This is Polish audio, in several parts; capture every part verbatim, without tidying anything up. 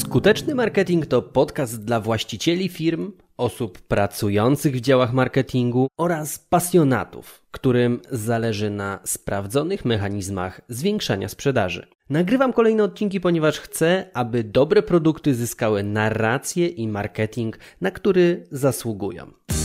Skuteczny marketing to podcast dla właścicieli firm, osób pracujących w działach marketingu oraz pasjonatów, którym zależy na sprawdzonych mechanizmach zwiększania sprzedaży. Nagrywam kolejne odcinki, ponieważ chcę, aby dobre produkty zyskały narrację i marketing, na który zasługują.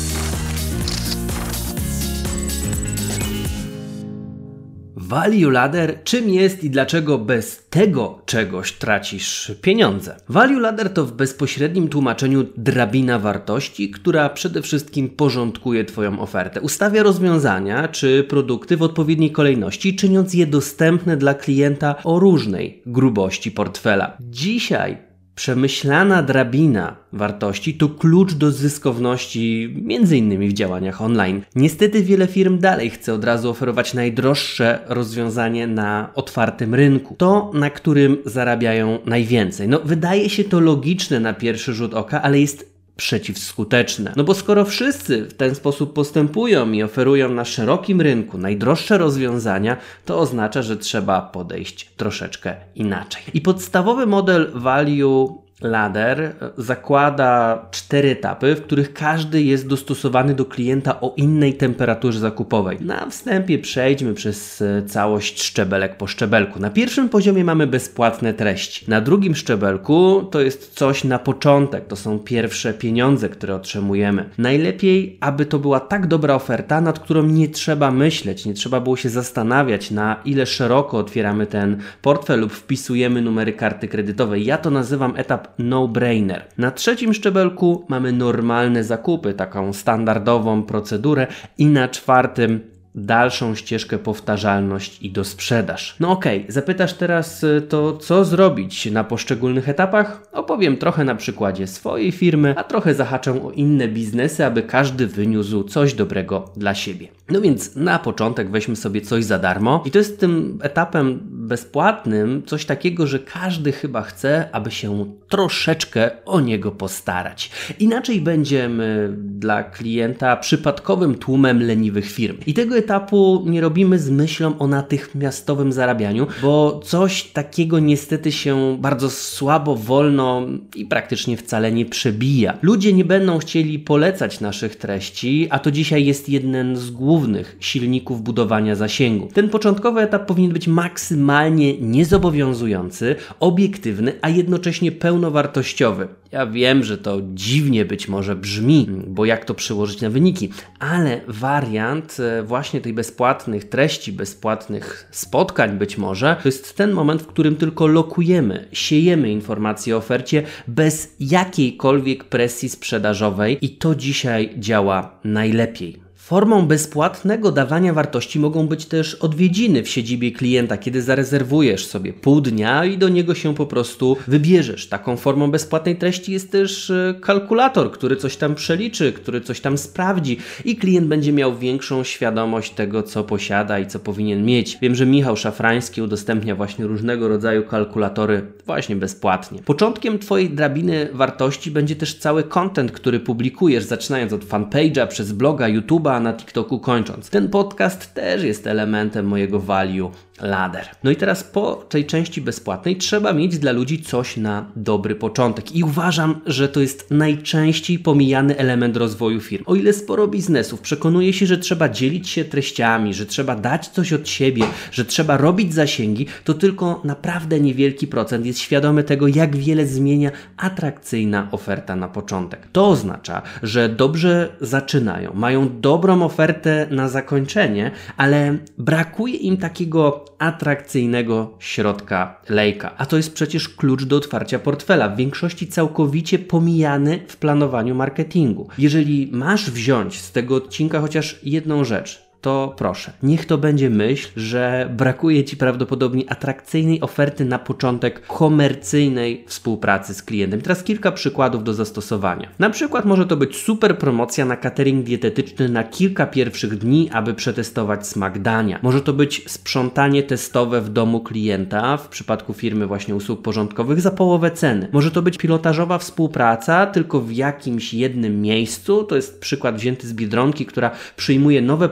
Value Ladder, czym jest i dlaczego bez tego czegoś tracisz pieniądze? Value Ladder to w bezpośrednim tłumaczeniu drabina wartości, która przede wszystkim porządkuje Twoją ofertę. Ustawia rozwiązania czy produkty w odpowiedniej kolejności, czyniąc je dostępne dla klienta o różnej grubości portfela. Dzisiaj przemyślana drabina wartości to klucz do zyskowności między innymi w działaniach online. Niestety wiele firm dalej chce od razu oferować najdroższe rozwiązanie na otwartym rynku. To, na którym zarabiają najwięcej. No, wydaje się to logiczne na pierwszy rzut oka, ale jest przeciwskuteczne. No bo skoro wszyscy w ten sposób postępują i oferują na szerokim rynku najdroższe rozwiązania, to oznacza, że trzeba podejść troszeczkę inaczej. I podstawowy model Value Ladder zakłada cztery etapy, w których każdy jest dostosowany do klienta o innej temperaturze zakupowej. Na wstępie przejdźmy przez całość szczebelek po szczebelku. Na pierwszym poziomie mamy bezpłatne treści. Na drugim szczebelku to jest coś na początek, to są pierwsze pieniądze, które otrzymujemy. Najlepiej, aby to była tak dobra oferta, nad którą nie trzeba myśleć, nie trzeba było się zastanawiać, na ile szeroko otwieramy ten portfel lub wpisujemy numery karty kredytowej. Ja to nazywam etap no-brainer. Na trzecim szczebelku mamy normalne zakupy, taką standardową procedurę i na czwartym dalszą ścieżkę powtarzalność i dosprzedaż. No okej, okay, zapytasz teraz to co zrobić na poszczególnych etapach? Opowiem trochę na przykładzie swojej firmy, a trochę zahaczę o inne biznesy, aby każdy wyniósł coś dobrego dla siebie. No więc na początek weźmy sobie coś za darmo i to jest tym etapem bezpłatnym coś takiego, że każdy chyba chce, aby się troszeczkę o niego postarać. Inaczej będziemy dla klienta przypadkowym tłumem leniwych firm. I tego etapu nie robimy z myślą o natychmiastowym zarabianiu, bo coś takiego niestety się bardzo słabo, wolno i praktycznie wcale nie przebija. Ludzie nie będą chcieli polecać naszych treści, a to dzisiaj jest jeden z głównych silników budowania zasięgu. Ten początkowy etap powinien być maksymalnie niezobowiązujący, obiektywny, a jednocześnie pełnowartościowy. Ja wiem, że to dziwnie być może brzmi, bo jak to przełożyć na wyniki, ale wariant właśnie tych bezpłatnych treści, bezpłatnych spotkań być może, to jest ten moment, w którym tylko lokujemy, siejemy informacje o ofercie bez jakiejkolwiek presji sprzedażowej i to dzisiaj działa najlepiej. Formą bezpłatnego dawania wartości mogą być też odwiedziny w siedzibie klienta, kiedy zarezerwujesz sobie pół dnia i do niego się po prostu wybierzesz. Taką formą bezpłatnej treści jest też kalkulator, który coś tam przeliczy, który coś tam sprawdzi i klient będzie miał większą świadomość tego, co posiada i co powinien mieć. Wiem, że Michał Szafrański udostępnia właśnie różnego rodzaju kalkulatory właśnie bezpłatnie. Początkiem Twojej drabiny wartości będzie też cały content, który publikujesz, zaczynając od fanpage'a, przez bloga, YouTube'a, na TikToku kończąc. Ten podcast też jest elementem mojego Value Ladder. No i teraz po tej części bezpłatnej trzeba mieć dla ludzi coś na dobry początek. I uważam, że to jest najczęściej pomijany element rozwoju firm. O ile sporo biznesów przekonuje się, że trzeba dzielić się treściami, że trzeba dać coś od siebie, że trzeba robić zasięgi, to tylko naprawdę niewielki procent jest świadomy tego, jak wiele zmienia atrakcyjna oferta na początek. To oznacza, że dobrze zaczynają, mają dobrą ofertę na zakończenie, ale brakuje im takiego atrakcyjnego środka lejka. A to jest przecież klucz do otwarcia portfela, w większości całkowicie pomijany w planowaniu marketingu. Jeżeli masz wziąć z tego odcinka chociaż jedną rzecz, to proszę, niech to będzie myśl, że brakuje Ci prawdopodobnie atrakcyjnej oferty na początek komercyjnej współpracy z klientem. Teraz kilka przykładów do zastosowania. Na przykład może to być super promocja na catering dietetyczny na kilka pierwszych dni, aby przetestować smak dania. Może to być sprzątanie testowe w domu klienta, w przypadku firmy właśnie usług porządkowych, za połowę ceny. Może to być pilotażowa współpraca, tylko w jakimś jednym miejscu. To jest przykład wzięty z Biedronki, która przyjmuje nowe produkty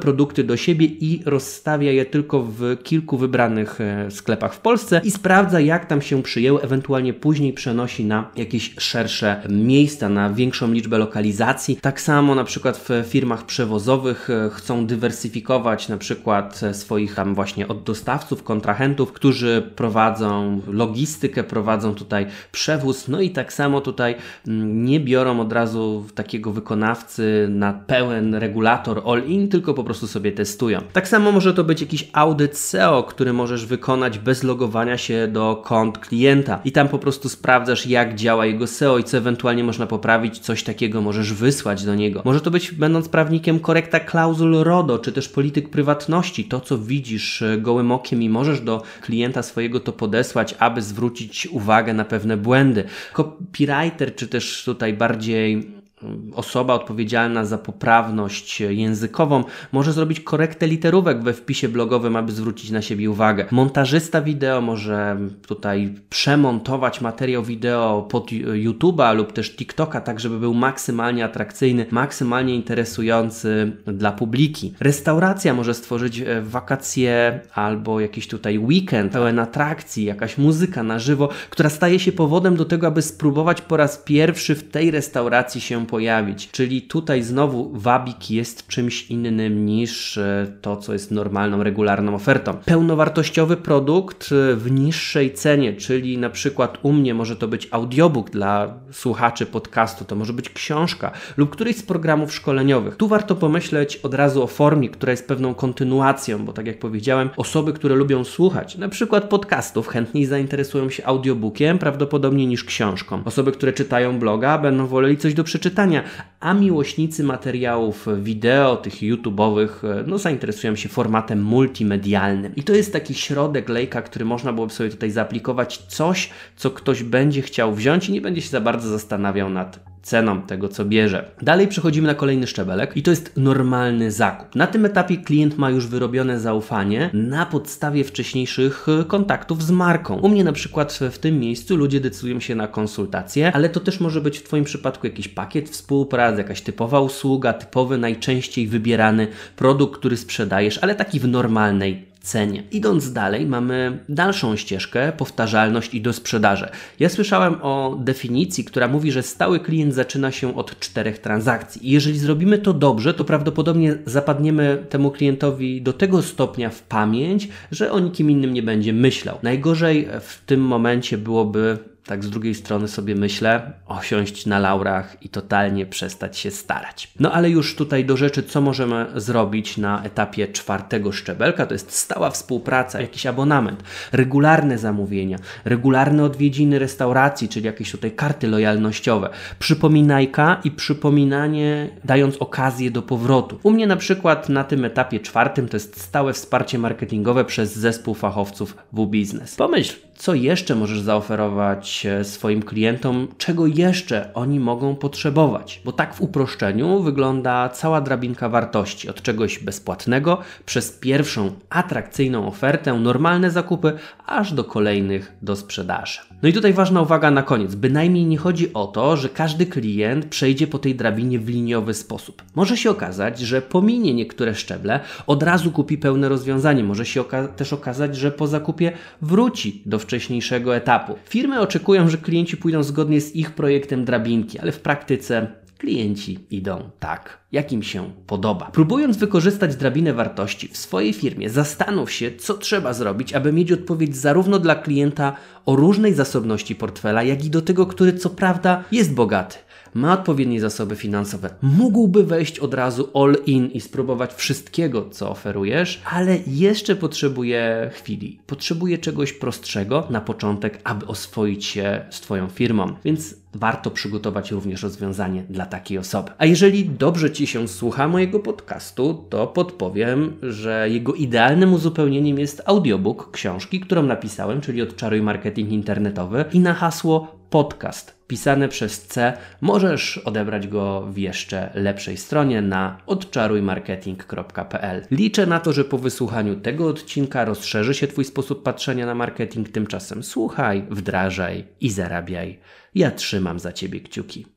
produkty do siebie i rozstawia je tylko w kilku wybranych sklepach w Polsce i sprawdza, jak tam się przyjęły, ewentualnie później przenosi na jakieś szersze miejsca, na większą liczbę lokalizacji. Tak samo na przykład w firmach przewozowych chcą dywersyfikować na przykład swoich tam właśnie oddostawców, kontrahentów, którzy prowadzą logistykę, prowadzą tutaj przewóz, no i tak samo tutaj nie biorą od razu takiego wykonawcy na pełen regulator all-in, tylko po prostu sobie testują. Tak samo może to być jakiś audyt S E O, który możesz wykonać bez logowania się do kont klienta i tam po prostu sprawdzasz, jak działa jego S E O i co ewentualnie można poprawić, coś takiego możesz wysłać do niego. Może to być, będąc prawnikiem, korekta klauzul RODO, czy też polityk prywatności, to co widzisz gołym okiem i możesz do klienta swojego to podesłać, aby zwrócić uwagę na pewne błędy. Copywriter, czy też tutaj bardziej osoba odpowiedzialna za poprawność językową może zrobić korektę literówek we wpisie blogowym, aby zwrócić na siebie uwagę. Montażysta wideo może tutaj przemontować materiał wideo pod YouTube'a lub też TikToka, tak żeby był maksymalnie atrakcyjny, maksymalnie interesujący dla publiki. Restauracja może stworzyć wakacje albo jakiś tutaj weekend pełen atrakcji, jakaś muzyka na żywo, która staje się powodem do tego, aby spróbować po raz pierwszy w tej restauracji się pojawić. Czyli tutaj znowu wabik jest czymś innym niż to, co jest normalną, regularną ofertą. Pełnowartościowy produkt w niższej cenie, czyli na przykład u mnie może to być audiobook dla słuchaczy podcastu, to może być książka lub któryś z programów szkoleniowych. Tu warto pomyśleć od razu o formie, która jest pewną kontynuacją, bo tak jak powiedziałem, osoby, które lubią słuchać, na przykład podcastów, chętniej zainteresują się audiobookiem prawdopodobnie niż książką. Osoby, które czytają bloga, będą woleli coś do przeczytania, a miłośnicy materiałów wideo, tych YouTube'owych, no zainteresują się formatem multimedialnym. I to jest taki środek lejka, który można byłoby sobie tutaj zaaplikować, coś, co ktoś będzie chciał wziąć i nie będzie się za bardzo zastanawiał nad ceną tego, co bierze. Dalej przechodzimy na kolejny szczebelek i to jest normalny zakup. Na tym etapie klient ma już wyrobione zaufanie na podstawie wcześniejszych kontaktów z marką. U mnie na przykład w tym miejscu ludzie decydują się na konsultacje, ale to też może być w Twoim przypadku jakiś pakiet współpracy, jakaś typowa usługa, typowy, najczęściej wybierany produkt, który sprzedajesz, ale taki w normalnej cenie. Idąc dalej, mamy dalszą ścieżkę, powtarzalność i dosprzedaże. Ja słyszałem o definicji, która mówi, że stały klient zaczyna się od czterech transakcji. I jeżeli zrobimy to dobrze, to prawdopodobnie zapadniemy temu klientowi do tego stopnia w pamięć, że o nikim innym nie będzie myślał. Najgorzej w tym momencie byłoby, tak z drugiej strony sobie myślę, osiąść na laurach i totalnie przestać się starać. No ale już tutaj do rzeczy, co możemy zrobić na etapie czwartego szczebelka, to jest stała współpraca, jakiś abonament, regularne zamówienia, regularne odwiedziny restauracji, czyli jakieś tutaj karty lojalnościowe, przypominajka i przypominanie, dając okazję do powrotu. U mnie na przykład na tym etapie czwartym to jest stałe wsparcie marketingowe przez zespół fachowców W-Biznes. Pomyśl, co jeszcze możesz zaoferować swoim klientom, czego jeszcze oni mogą potrzebować. Bo tak w uproszczeniu wygląda cała drabinka wartości. Od czegoś bezpłatnego, przez pierwszą atrakcyjną ofertę, normalne zakupy, aż do kolejnych do sprzedaży. No i tutaj ważna uwaga na koniec. Bynajmniej nie chodzi o to, że każdy klient przejdzie po tej drabinie w liniowy sposób. Może się okazać, że pominie niektóre szczeble, od razu kupi pełne rozwiązanie. Może się oka- też okazać, że po zakupie wróci do wcześniejszego etapu. Firmy oczekują, że klienci pójdą zgodnie z ich projektem drabinki, ale w praktyce klienci idą tak, jak im się podoba. Próbując wykorzystać drabinę wartości w swojej firmie, zastanów się, co trzeba zrobić, aby mieć odpowiedź zarówno dla klienta o różnej zasobności portfela, jak i do tego, który co prawda jest bogaty, ma odpowiednie zasoby finansowe, mógłby wejść od razu all in i spróbować wszystkiego, co oferujesz, ale jeszcze potrzebuje chwili, potrzebuje czegoś prostszego na początek, aby oswoić się z Twoją firmą, więc warto przygotować również rozwiązanie dla takiej osoby. A jeżeli dobrze Ci się słucha mojego podcastu, to podpowiem, że jego idealnym uzupełnieniem jest audiobook książki, którą napisałem, czyli Odczaruj marketing internetowy, i na hasło podcast pisane przez C możesz odebrać go w jeszcze lepszej stronie na odczaruj marketing kropka p l. Liczę na to, że po wysłuchaniu tego odcinka rozszerzy się Twój sposób patrzenia na marketing. Tymczasem słuchaj, wdrażaj i zarabiaj. Ja trzymam za Ciebie kciuki.